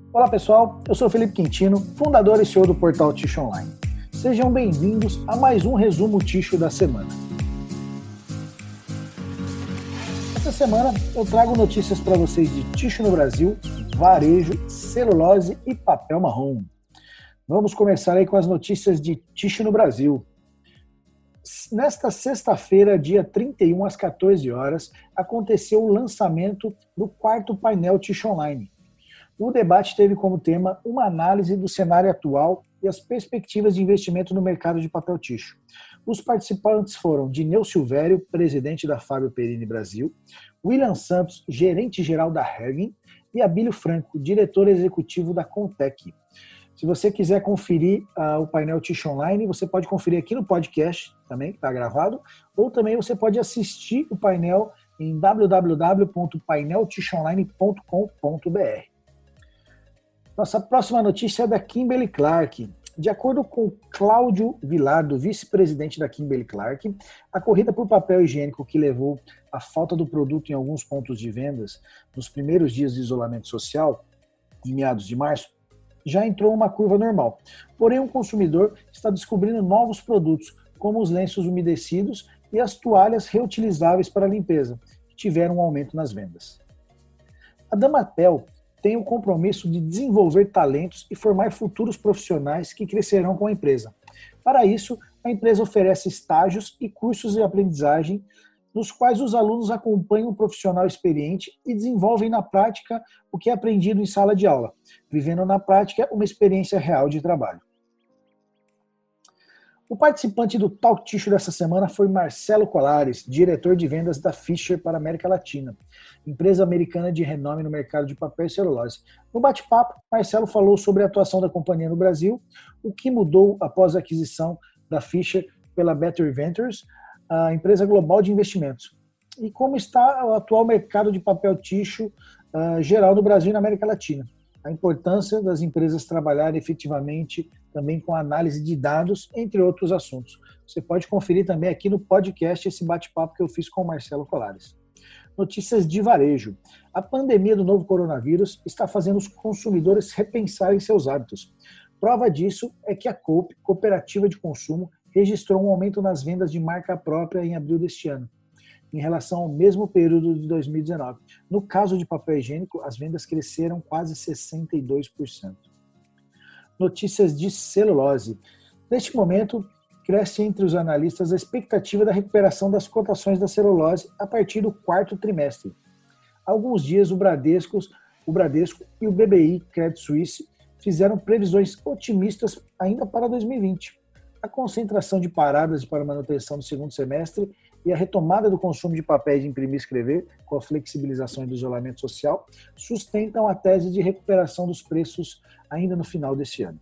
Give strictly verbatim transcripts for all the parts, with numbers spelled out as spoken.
Olá pessoal, eu sou Felipe Quintino, fundador e C E O do portal Ticho Online. Sejam bem-vindos a mais um resumo Ticho da semana. Essa semana eu trago notícias para vocês de Ticho no Brasil, varejo, celulose e papel marrom. Vamos começar aí com as notícias de Ticho no Brasil. Nesta sexta-feira, dia trinta e um, às quatorze horas, aconteceu o lançamento do quarto painel Ticho Online. O debate teve como tema uma análise do cenário atual e as perspectivas de investimento no mercado de papel ticho. Os participantes foram Dineu Silvério, presidente da Fábio Perini Brasil, William Santos, gerente-geral da Hering, e Abílio Franco, diretor executivo da Contec. Se você quiser conferir uh, o painel Ticho Online, você pode conferir aqui no podcast, também, que está gravado, ou também você pode assistir o painel em w w w ponto painel ticho online ponto com ponto b r. Nossa próxima notícia é da Kimberly Clark. De acordo com Cláudio Vilardo, vice-presidente da Kimberly Clark, a corrida por papel higiênico que levou à falta do produto em alguns pontos de vendas nos primeiros dias de isolamento social, em meados de março, já entrou uma curva normal. Porém, o consumidor está descobrindo novos produtos, como os lenços umedecidos e as toalhas reutilizáveis para limpeza, que tiveram um aumento nas vendas. A Damatel tem o compromisso de desenvolver talentos e formar futuros profissionais que crescerão com a empresa. Para isso, a empresa oferece estágios e cursos de aprendizagem, nos quais os alunos acompanham um profissional experiente e desenvolvem na prática o que é aprendido em sala de aula, vivendo na prática uma experiência real de trabalho. O participante do Talk Ticho dessa semana foi Marcelo Colares, diretor de vendas da Fisher para a América Latina, empresa americana de renome no mercado de papel e celulose. No bate-papo, Marcelo falou sobre a atuação da companhia no Brasil, o que mudou após a aquisição da Fisher pela Better Ventures, a empresa global de investimentos, e como está o atual mercado de papel ticho uh, geral no Brasil e na América Latina. A importância das empresas trabalharem efetivamente também com análise de dados, entre outros assuntos. Você pode conferir também aqui no podcast esse bate-papo que eu fiz com o Marcelo Colares. Notícias de varejo. A pandemia do novo coronavírus está fazendo os consumidores repensarem seus hábitos. Prova disso é que a Coop, cooperativa de consumo, registrou um aumento nas vendas de marca própria em abril deste ano, em relação ao mesmo período de dois mil e dezenove. No caso de papel higiênico, as vendas cresceram quase sessenta e dois por cento. Notícias de celulose. Neste momento, cresce entre os analistas a expectativa da recuperação das cotações da celulose a partir do quarto trimestre. Há alguns dias, o Bradesco, o Bradesco e o B B I Credit Suisse fizeram previsões otimistas ainda para dois mil e vinte. A concentração de paradas para manutenção do segundo semestre e a retomada do consumo de papéis de imprimir e escrever, com a flexibilização do isolamento social, sustentam a tese de recuperação dos preços ainda no final deste ano.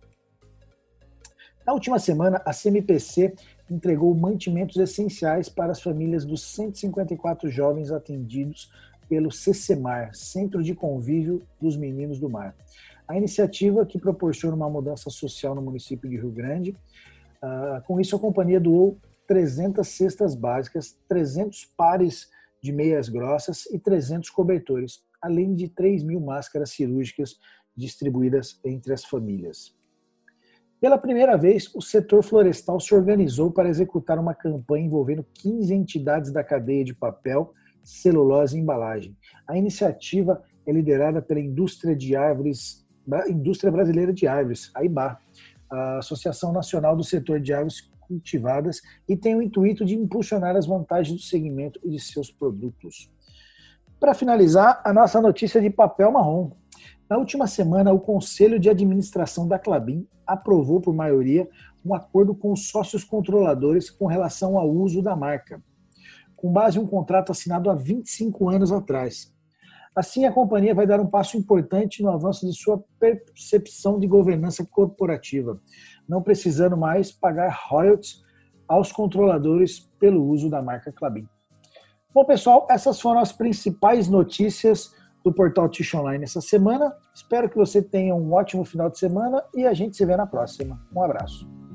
Na última semana, a C M P C entregou mantimentos essenciais para as famílias dos cento e cinquenta e quatro jovens atendidos pelo CECEMAR, Centro de Convívio dos Meninos do Mar. A iniciativa, que proporciona uma mudança social no município de Rio Grande, uh, com isso a companhia doou trezentas cestas básicas, trezentos pares de meias grossas e trezentos cobertores, além de três mil máscaras cirúrgicas distribuídas entre as famílias. Pela primeira vez, o setor florestal se organizou para executar uma campanha envolvendo quinze entidades da cadeia de papel, celulose e embalagem. A iniciativa é liderada pela Indústria de Árvores, Indústria Brasileira de Árvores, a I B A, a Associação Nacional do Setor de Árvores Cultivadas, e tem o intuito de impulsionar as vantagens do segmento e de seus produtos. Para finalizar, a nossa notícia de papel marrom. Na última semana, o Conselho de Administração da Klabin aprovou por maioria um acordo com os sócios controladores com relação ao uso da marca, com base em um contrato assinado há vinte e cinco anos atrás. Assim, a companhia vai dar um passo importante no avanço de sua percepção de governança corporativa, não precisando mais pagar royalties aos controladores pelo uso da marca Klabin. Bom, pessoal, essas foram as principais notícias do portal Ticho Online essa semana. Espero que você tenha um ótimo final de semana e a gente se vê na próxima. Um abraço.